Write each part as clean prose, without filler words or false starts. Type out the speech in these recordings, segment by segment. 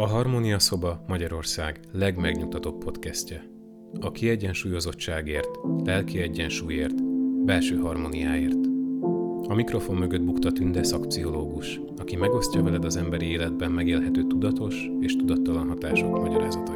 A Harmónia Szoba Magyarország legmegnyugtatóbb podcastje. A kiegyensúlyozottságért, lelki egyensúlyért, belső harmóniáért. A mikrofon mögött bukta Tünde szakpszichológus, aki megosztja veled az emberi életben megélhető tudatos és tudattalan hatások magyarázatait.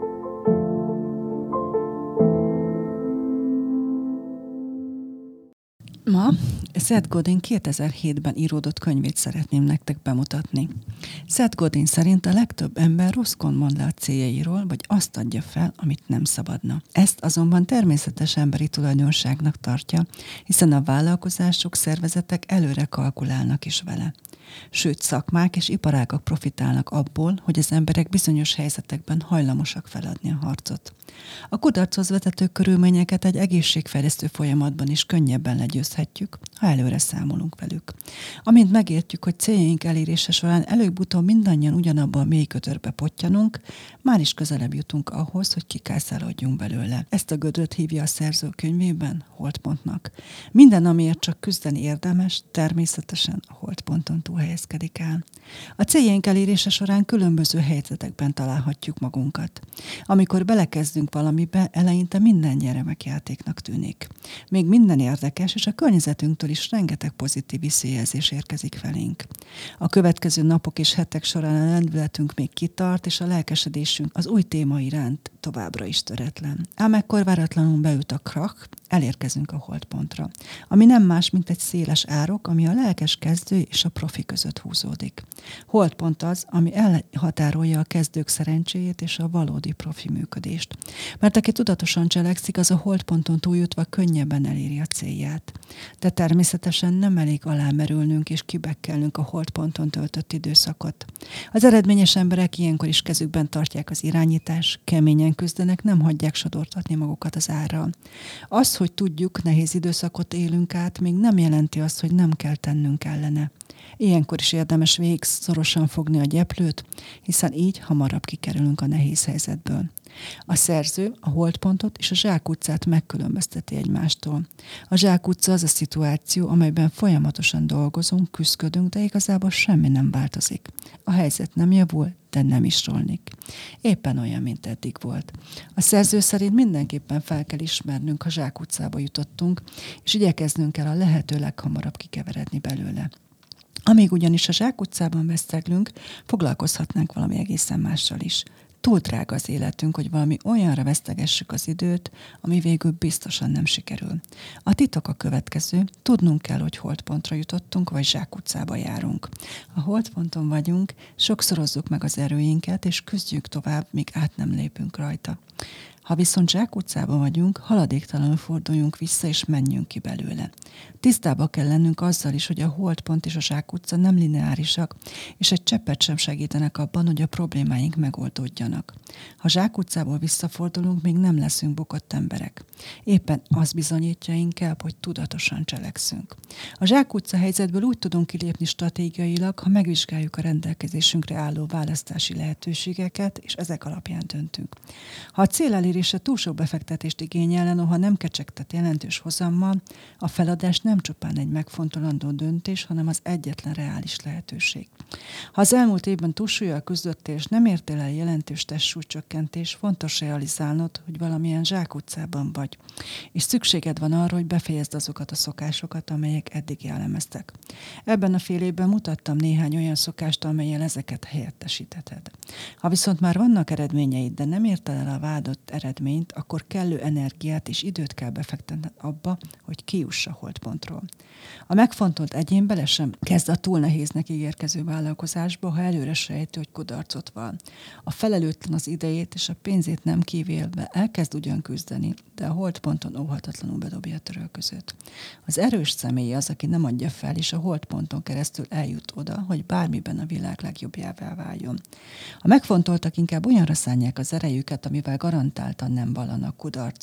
Ma Seth Godin 2007-ben íródott könyvét szeretném nektek bemutatni. Seth Godin szerint a legtöbb ember rosszkon mond le a céljairól, vagy azt adja fel, amit nem szabadna. Ezt azonban természetes emberi tulajdonságnak tartja, hiszen a vállalkozások, szervezetek előre kalkulálnak is vele. Sőt, szakmák és iparágak profitálnak abból, hogy az emberek bizonyos helyzetekben hajlamosak feladni a harcot. A kudarchoz vezető körülményeket egy egészségfejlesztő folyamatban is könnyebben legyőzhetjük, ha előre számolunk velük. Amint megértjük, hogy céljaink elérése során előbb-utóbb mindannyian ugyanabban a mély gödörbe pottyanunk, már is közelebb jutunk ahhoz, hogy kikászálódjunk belőle. Ezt a gödröt hívja a szerző könyvében holdpontnak. Minden, amiért csak küzdeni érdemes, természetesen a holdponton túl helyezkedik el. A céljaink elérése során különböző helyzetekben találhatjuk magunkat. Amikor belekezdünk valamibe, eleinte minden gyermekjátéknak tűnik. Még minden érdekes, és a környezetünktől is rengeteg pozitív visszajelzés érkezik felénk. A következő napok és hetek során a lendületünk még kitart, és a lelkesedésünk az új téma iránt továbbra is töretlen. Ám ekkor váratlanul beüt a krach, elérkezünk a holdpontra, ami nem más, mint egy széles árok, ami a lelkes kezdő és a profi között húzódik. Holdpont az, ami elhatárolja a kezdők szerencséjét és a valódi profi működést. Mert aki tudatosan cselekszik, az a holdponton túljutva könnyebben eléri a célját. De természetesen nem elég alámerülnünk és kibekkelnünk a holdponton töltött időszakot. Az eredményes emberek ilyenkor is kezükben tartják az irányítás, keményen küzdenek, nem hagyják sodortatni magukat az árral. Az, hogy tudjuk, nehéz időszakot élünk át, még nem jelenti azt, hogy nem kell tennünk ellene. Ilyenkor is érdemes végig szorosan fogni a gyeplőt, hiszen így hamarabb kikerülünk a nehéz helyzetből. A szerző a holdpontot és a zsákutcát megkülönbözteti egymástól. A zsákutca az a szituáció, amelyben folyamatosan dolgozunk, küzdködünk, de igazából semmi nem változik. A helyzet nem javul, de nem is romlik. Éppen olyan, mint eddig volt. A szerző szerint mindenképpen fel kell ismernünk, ha zsákutcába jutottunk, és igyekeznünk kell a lehető leghamarabb kikeveredni belőle. Amíg ugyanis a zsákutcában veszteglünk, foglalkozhatnánk valami egészen mással is. Túl drága az életünk, hogy valami olyanra vesztegessük az időt, ami végül biztosan nem sikerül. A titok a következő, tudnunk kell, hogy holdpontra jutottunk, vagy zsákutcába járunk. Ha holdponton vagyunk, sokszorozzuk meg az erőinket, és küzdjük tovább, míg át nem lépünk rajta. Ha viszont zsákutcában vagyunk, haladéktalanul forduljunk vissza, és menjünk ki belőle. Tisztába kell lennünk azzal is, hogy a holdpont és a zsákutca nem lineárisak, és egy cseppet sem segítenek abban, hogy a problémáink megoldódjanak. Ha zsákutcából visszafordulunk, még nem leszünk bukott emberek. Éppen az bizonyítja inkább, hogy tudatosan cselekszünk. A zsákutca helyzetből úgy tudunk kilépni stratégiailag, ha megvizsgáljuk a rendelkezésünkre álló választási lehetőségeket, és ezek alapján döntünk. Ha a cél elérése túl sok befektetést igényel, noha nem kecsegtet jelentős hozammal, a feladás nem csupán egy megfontolandó döntés, hanem az egyetlen reális lehetőség. Ha az elmúlt évben túlsúllyal küzdöttél, és nem értél el jelentős testsúlycsökkentés, fontos realizálnod, hogy valamilyen zsákutcában vagy, és szükséged van arra, hogy befejezd azokat a szokásokat, amelyek eddig jellemeztek. Ebben a fél évben mutattam néhány olyan szokást, amellyel ezeket helyettesítheted. Ha viszont már vannak eredményeid, de nem érted el a vádott eredményt, akkor kellő energiát és időt kell befektetned abba, hogy kijuss a holdpontról. A megfontolt egyén bele sem kezd a túl nehéznek ígérkező vállalkozásba, ha előre sejti, hogy kudarcot van. A felelőtlen az idejét és a pénzét nem kivélve elkezd ugyan küzdeni, de a holdponton óhatatlanul bedobja a törölközőt. Az erős személy az, aki nem adja fel, és a holdponton keresztül eljut oda, hogy bármiben a világ legjobbjává váljon. A megfontoltak inkább olyanra szánják az erejüket, amivel garantáltan nem vallanak kudarcot.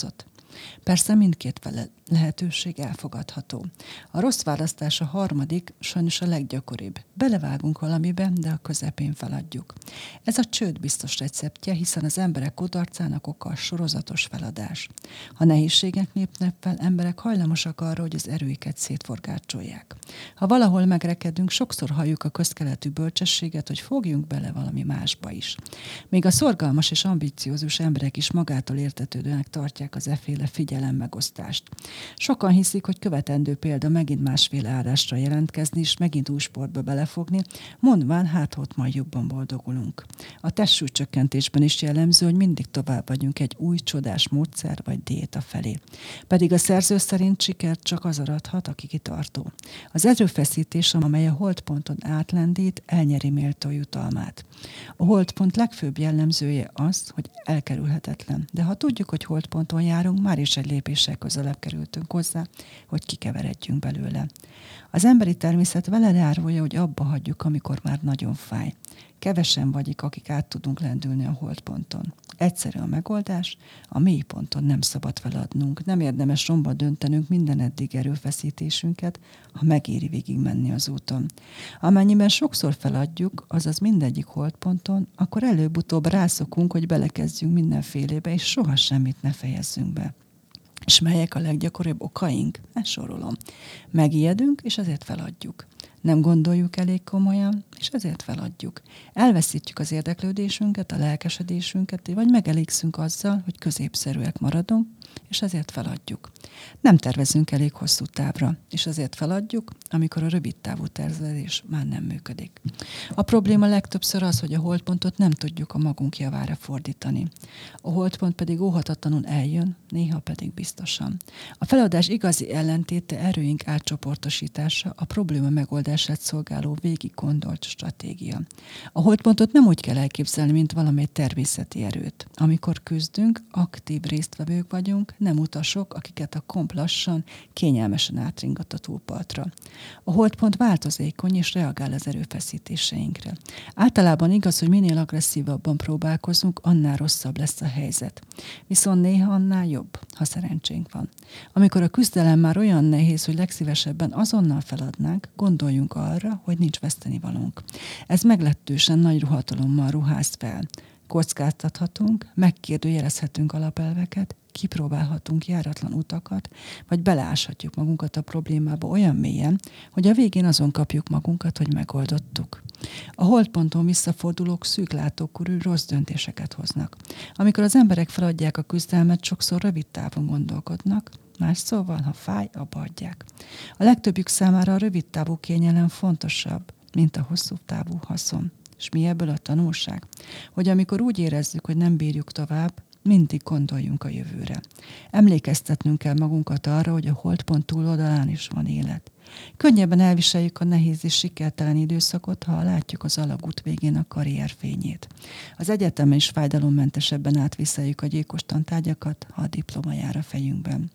Persze mindkét lehetőség elfogadható. A rossz választás a harmadik, sajnos a leggyakoribb. Belevágunk valamibe, de a közepén feladjuk. Ez a csőd biztos receptje, hiszen az emberek kudarcának oka a sorozatos feladás. Ha nehézségek lépnek fel, emberek hajlamosak arra, hogy az erőiket szétforgácsolják. Ha valahol megrekedünk, sokszor halljuk a közkeletű bölcsességet, hogy fogjunk bele valami másba is. Még a szorgalmas és ambiciózus emberek is magától értetődőnek tartják az efféle figyelemmegosztást. Sokan hiszik, hogy követendő példa megint másféle állásra jelentkezni és megint új sportba belefogni, mondván hát ott majd jobban boldogulunk. A testsúlycsökkentésben is jellemző, hogy mindig tovább vagyunk egy új csodás módszer vagy diéta felé. Pedig a szerző szerint sikert csak az arathat, aki kitartó. Az erőfeszítés, amely a holdponton átlendít, elnyeri méltó jutalmát. A holdpont legfőbb jellemzője az, hogy elkerülhetetlen. De ha tudjuk, hogy holdponton járunk, már is egy lépéssel közelebb kerültünk hozzá, hogy kikeveredjünk belőle. Az emberi természet vele árulja, hogy abba hagyjuk, amikor már nagyon fáj. Kevesen vagyik, akik át tudunk lendülni a holdponton. Egyszerű a megoldás, a mélyponton nem szabad feladnunk, nem érdemes romba döntenünk minden eddig erőfeszítésünket, ha megéri végig menni az úton. Amennyiben sokszor feladjuk, azaz mindegyik holdponton, akkor előbb-utóbb rászokunk, hogy belekezdjünk mindenfélébe, és soha semmit ne fejezzünk be. És melyek a leggyakoribb okaink? Ezt sorolom. Megijedünk, és ezért feladjuk. Nem gondoljuk elég komolyan, és ezért feladjuk. Elveszítjük az érdeklődésünket, a lelkesedésünket, vagy megelégszünk azzal, hogy középszerűek maradunk, és ezért feladjuk. Nem tervezünk elég hosszú távra, és ezért feladjuk, amikor a rövid távú tervezés már nem működik. A probléma legtöbbször az, hogy a holdpontot nem tudjuk a magunk javára fordítani. A holdpont pedig óhatatlanul eljön, néha pedig biztosan. A feladás igazi ellentéte erőink átcsoportosítása, a probléma megoldását szolgáló végig gondolt stratégia. A holdpontot nem úgy kell elképzelni, mint valamely természeti erőt. Amikor küzdünk, aktív résztvevők vagyunk, nem utasok, akiket a komp lassan, kényelmesen átringat a túlpartra. A holdpont változékony és reagál az erőfeszítéseinkre. Általában igaz, hogy minél agresszívabban próbálkozunk, annál rosszabb lesz a helyzet. Viszont néha annál jobb, ha szerencsénk van. Amikor a küzdelem már olyan nehéz, hogy legszívesebben azonnal feladnánk, gondoljunk arra, hogy nincs vesztenivalónk. Ez meglehetősen nagy ruhatalommal ruház fel. Kockáztathatunk, megkérdőjelezhetünk alapelveket, kipróbálhatunk járatlan utakat, vagy beleáshatjuk magunkat a problémába olyan mélyen, hogy a végén azon kapjuk magunkat, hogy megoldottuk. A holdponton visszafordulók szűk látókorú rossz döntéseket hoznak. Amikor az emberek feladják a küzdelmet, sokszor rövid távon gondolkodnak, más szóval, ha fáj, abba hagyják. A legtöbbjük számára a rövid távú kényelem fontosabb, mint a hosszú távú haszon. És mi ebből a tanulság? Hogy amikor úgy érezzük, hogy nem bírjuk tovább, mindig gondoljunk a jövőre. Emlékeztetnünk kell magunkat arra, hogy a holdpont túloldalán is van élet. Könnyebben elviseljük a nehéz és sikertelen időszakot, ha látjuk az alagút végén a karrier fényét. Az egyetemen is fájdalommentesebben átviszeljük a gyilkos tantárgyakat, ha a diploma jár a fejünkben.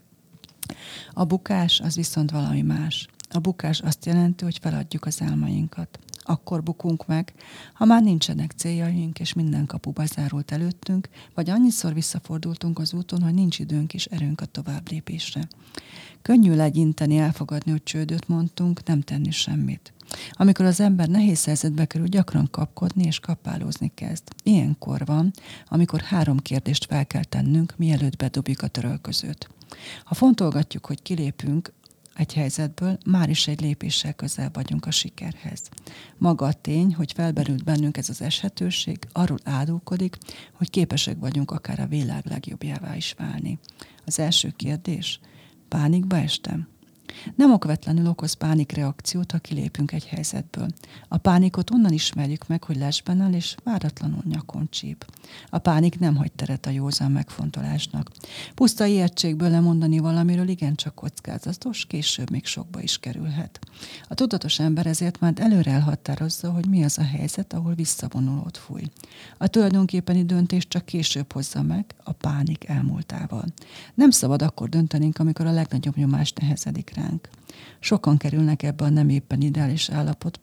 A bukás az viszont valami más. A bukás azt jelenti, hogy feladjuk az álmainkat. Akkor bukunk meg, ha már nincsenek céljaink, és minden kapu bezárult előttünk, vagy annyiszor visszafordultunk az úton, hogy nincs időnk és erőnk a továbblépésre. Könnyű legyinteni, elfogadni, hogy csődöt mondtunk, nem tenni semmit. Amikor az ember nehéz helyzetbe kerül, gyakran kapkodni és kapálózni kezd. Ilyenkor van, amikor 3 kérdést fel kell tennünk, mielőtt bedobjuk a törölközőt. Ha fontolgatjuk, hogy kilépünk egy helyzetből, már is egy lépéssel közel vagyunk a sikerhez. Maga a tény, hogy felberült bennünk ez az eshetőség, arról árulkodik, hogy képesek vagyunk akár a világ legjobbjává is válni. Az első kérdés: pánikba estem? Nem okvetlenül okoz pánikreakciót, ha kilépünk egy helyzetből. A pánikot onnan ismerjük meg, hogy lesben áll és váratlanul nyakon csíp. A pánik nem hagy teret a józan megfontolásnak. Puszta ijegységből lemondani valamiről igencsak kockázatos, később még sokba is kerülhet. A tudatos ember ezért már előre elhatározza, hogy mi az a helyzet, ahol visszavonulót fúj. A tulajdonképpeni döntést csak később hozza meg, a pánik elmúltával. Nem szabad akkor döntenünk, amikor a legnagyobb nyomás nehezedik ránk. Sokan kerülnek ebbe a nem éppen ideális állapotba,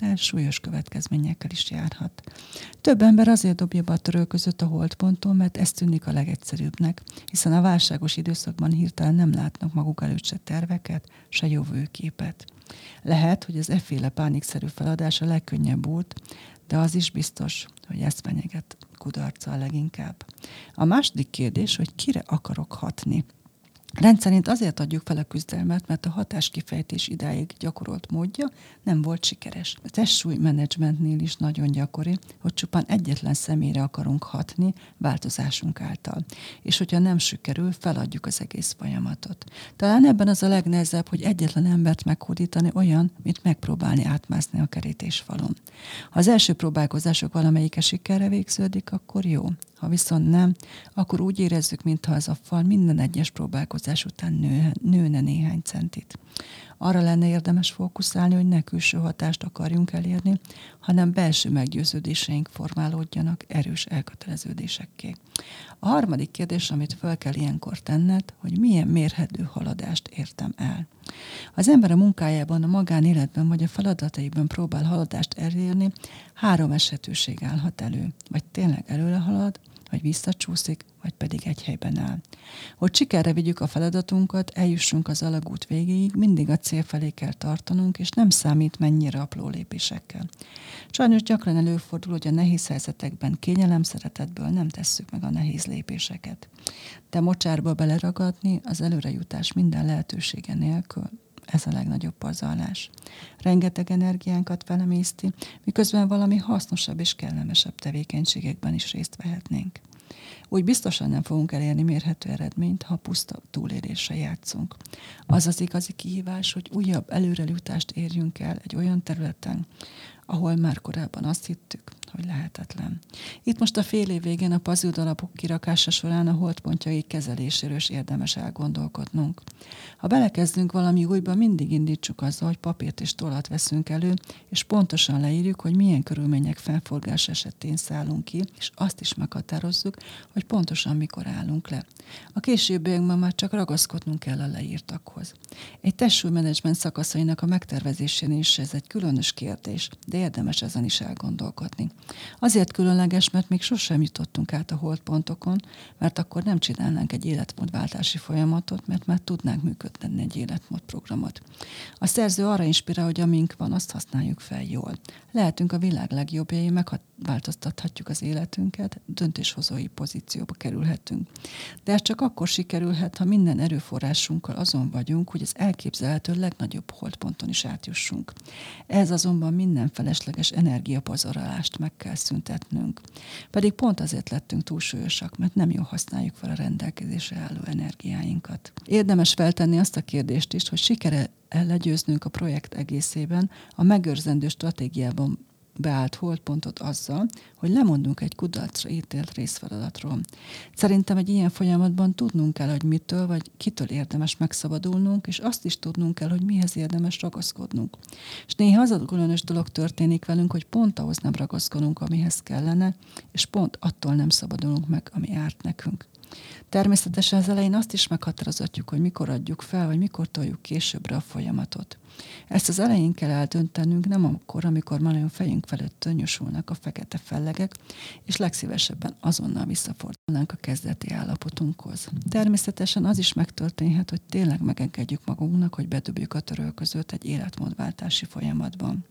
de súlyos következményekkel is járhat. Több ember azért dobja be a törölközőt a holtponton, mert ez tűnik a legegyszerűbbnek, hiszen a válságos időszakban hirtelen nem látnak maguk előtt se terveket, se jövőképet. Lehet, hogy az efféle pánikszerű feladás a legkönnyebb út, de az is biztos, hogy ezt fenyeget kudarccal leginkább. A második kérdés, hogy kire akarok hatni. Rendszerint azért adjuk fel a küzdelmet, mert a hatáskifejtés idáig gyakorolt módja nem volt sikeres. A testsúlymenedzsmentnél is nagyon gyakori, hogy csupán egyetlen személyre akarunk hatni változásunk által. És hogyha nem sikerül, feladjuk az egész folyamatot. Talán ebben az a legnehezebb, hogy egyetlen embert meghódítani olyan, mint megpróbálni átmászni a kerítésfalon. Ha az első próbálkozások valamelyike sikerre végződik, akkor jó. Ha viszont nem, akkor úgy érezzük, mintha az a fal minden egyes próbálkozás után nőne néhány centit. Arra lenne érdemes fókuszálni, hogy ne külső hatást akarjunk elérni, hanem belső meggyőződéseink formálódjanak erős elköteleződésekké. A harmadik kérdés, amit fel kell ilyenkor tenned, hogy milyen mérhető haladást értem el. Az ember a munkájában, a magánéletben vagy a feladataiban próbál haladást elérni, 3 esetőség állhat elő. Vagy tényleg előre halad, vagy visszacsúszik, vagy pedig egy helyben áll. Hogy sikerre vigyük a feladatunkat, eljussunk az alagút végéig, mindig a cél felé kell tartanunk, és nem számít mennyire apró lépésekkel. Sajnos gyakran előfordul, hogy a nehéz helyzetekben kényelem szeretetből nem tesszük meg a nehéz lépéseket. De mocsárba beleragadni az előrejutás minden lehetősége nélkül, ez a legnagyobb pazarlás. Rengeteg energiánkat felemészti, miközben valami hasznosabb és kellemesebb tevékenységekben is részt vehetnénk. Úgy biztosan nem fogunk elérni mérhető eredményt, ha puszta túlélésre játszunk. Az az igazi kihívás, hogy újabb előrejutást érjünk el egy olyan területen, ahol már korábban azt hittük, hogy lehetetlen. Itt most a fél év végén a puzzle darabok kirakása során a holdpontjai kezeléséről is érdemes elgondolkodnunk. Ha belekezdünk valami újba, mindig indítsuk azzal, hogy papírt és tollat veszünk elő, és pontosan leírjuk, hogy milyen körülmények felforgás esetén szállunk ki, és azt is meghatározzuk, hogy pontosan mikor állunk le. A későbbiekben már csak ragaszkodnunk kell a leírtakhoz. Egy testsúlymenedzsment szakaszainak a megtervezésén is ez egy különös kérdés, de érdemes ezen is elgondolkodni. Azért különleges, mert még sosem jutottunk át a holdpontokon, mert akkor nem csinálnánk egy életmódváltási folyamatot, mert már tudnánk működtetni egy életmódprogramot. A szerző arra inspirál, hogy amink van, azt használjuk fel jól. Lehetünk a világ legjobbjai, megváltoztathatjuk az életünket, döntéshozói pozícióba kerülhetünk. De ez csak akkor sikerülhet, ha minden erőforrásunkkal azon vagyunk, hogy az elképzelhető legnagyobb holdponton is átjussunk. Ez azonban minden felesleges energiapazarolást meg kell szüntetnünk. Pedig pont azért lettünk túlsúlyosak, mert nem jól használjuk fel a rendelkezésre álló energiáinkat. Érdemes feltenni azt a kérdést is, hogy sikere legyőznünk a projekt egészében a megőrzendő stratégiában beállt holdpontot azzal, hogy lemondunk egy kudarcra ítélt részfeladatról. Szerintem egy ilyen folyamatban tudnunk kell, hogy mitől vagy kitől érdemes megszabadulnunk, és azt is tudnunk kell, hogy mihez érdemes ragaszkodnunk. És néha az a különös dolog történik velünk, hogy pont ahhoz nem ragaszkodunk, amihez kellene, és pont attól nem szabadulunk meg, ami árt nekünk. Természetesen az elején azt is meghatározhatjuk, hogy mikor adjuk fel, vagy mikor toljuk későbbre a folyamatot. Ezt az elején kell eldöntenünk, nem akkor, amikor már olyan fejünk felett tönnyösulnak a fekete fellegek, és legszívesebben azonnal visszafordulnánk a kezdeti állapotunkhoz. Természetesen az is megtörténhet, hogy tényleg megengedjük magunknak, hogy bedobjuk a törölközőt egy életmódváltási folyamatban.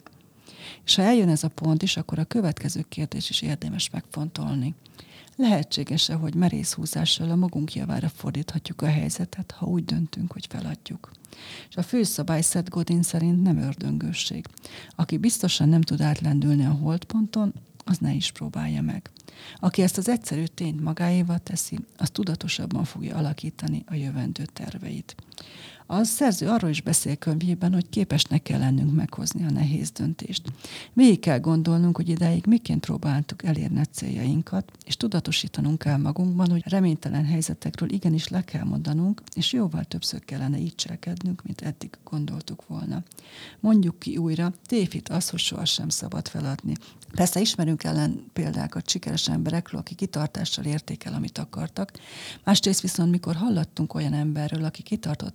És ha eljön ez a pont is, akkor a következő kérdés is érdemes megfontolni. Lehetséges-e, hogy merész húzással a magunk javára fordíthatjuk a helyzetet, ha úgy döntünk, hogy feladjuk? És a főszabály Seth Godin szerint nem ördöngősség. Aki biztosan nem tud átlendülni a holdponton, az ne is próbálja meg. Aki ezt az egyszerű tényt magáévá teszi, az tudatosabban fogja alakítani a jövendő terveit. A szerző arról is beszél könyvében, hogy képesnek kell lennünk meghozni a nehéz döntést. Végig kell gondolnunk, hogy idáig miként próbáltuk elérni a céljainkat, és tudatosítanunk kell magunkban, hogy reménytelen helyzetekről igenis le kell mondanunk, és jóval többször kellene így cselekednünk, mint eddig gondoltuk volna. Mondjuk ki újra, tévhit az, hogy sohasem szabad feladni. Persze ismerünk ellen példákat sikeres emberekről, akik kitartással érték el, amit akartak. Másrészt viszont, mikor hallottunk olyan emberről, aki kitartott mindenben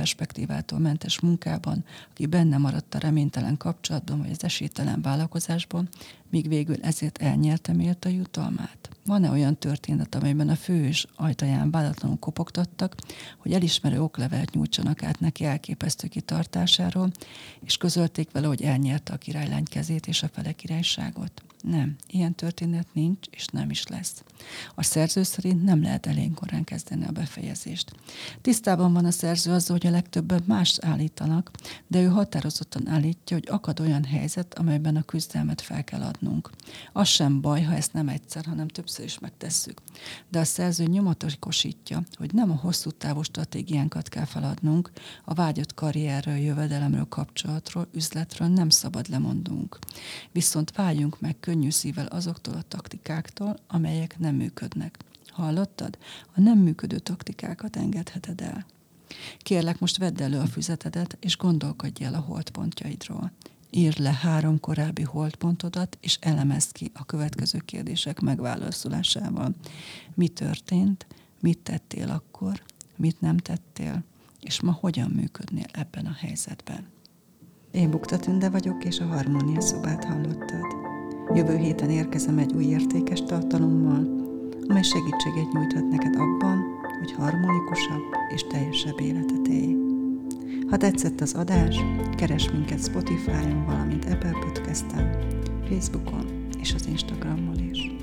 perspektívától mentes munkában, aki benne maradt a reménytelen kapcsolatban vagy az esélytelen vállalkozásban, míg végül ezért elnyerte méltó jutalmát? Van-e olyan történet, amelyben a főhős ajtaján váratlanul kopogtattak, hogy elismerő oklevelet nyújtsanak át neki elképesztő kitartásáról, és közölték vele, hogy elnyerte a királylány kezét és a fele királyságot? Nem, ilyen történet nincs, és nem is lesz. A szerző szerint nem lehet elég korán kezdeni a befejezést. Tisztában van a szerző azzal, hogy a legtöbben mást állítanak, de ő határozottan állítja, hogy akad olyan helyzet, amelyben a küzdelmet fel kell adnunk. Az sem baj, ha ezt nem egyszer, hanem többször is megtesszük. De a szerző nyomatékosítja, hogy nem a hosszú távú stratégiánkat kell feladnunk, a vágyott karrierről, jövedelemről, kapcsolatról, üzletről nem szabad lemondunk. Viszont váljunk meg könnyű szívvel azoktól a taktikáktól, amelyek nem működnek. Hallottad? A nem működő taktikákat engedheted el. Kérlek, most vedd elő a füzetedet, és gondolkodj el a holdpontjaidról. Írd le 3 korábbi holdpontodat, és elemezd ki a következő kérdések megválaszolásával. Mi történt? Mit tettél akkor? Mit nem tettél? És ma hogyan működnél ebben a helyzetben? Én Bukta Tünde vagyok, és a Harmónia Szobát hallottad. Jövő héten érkezem egy új értékes tartalommal, amely segítséget nyújthat neked abban, hogy harmonikusabb és teljesebb életet élj. Ha tetszett az adás, keresd minket Spotify-on, valamint Apple Podcast-en, Facebookon és az Instagramon is.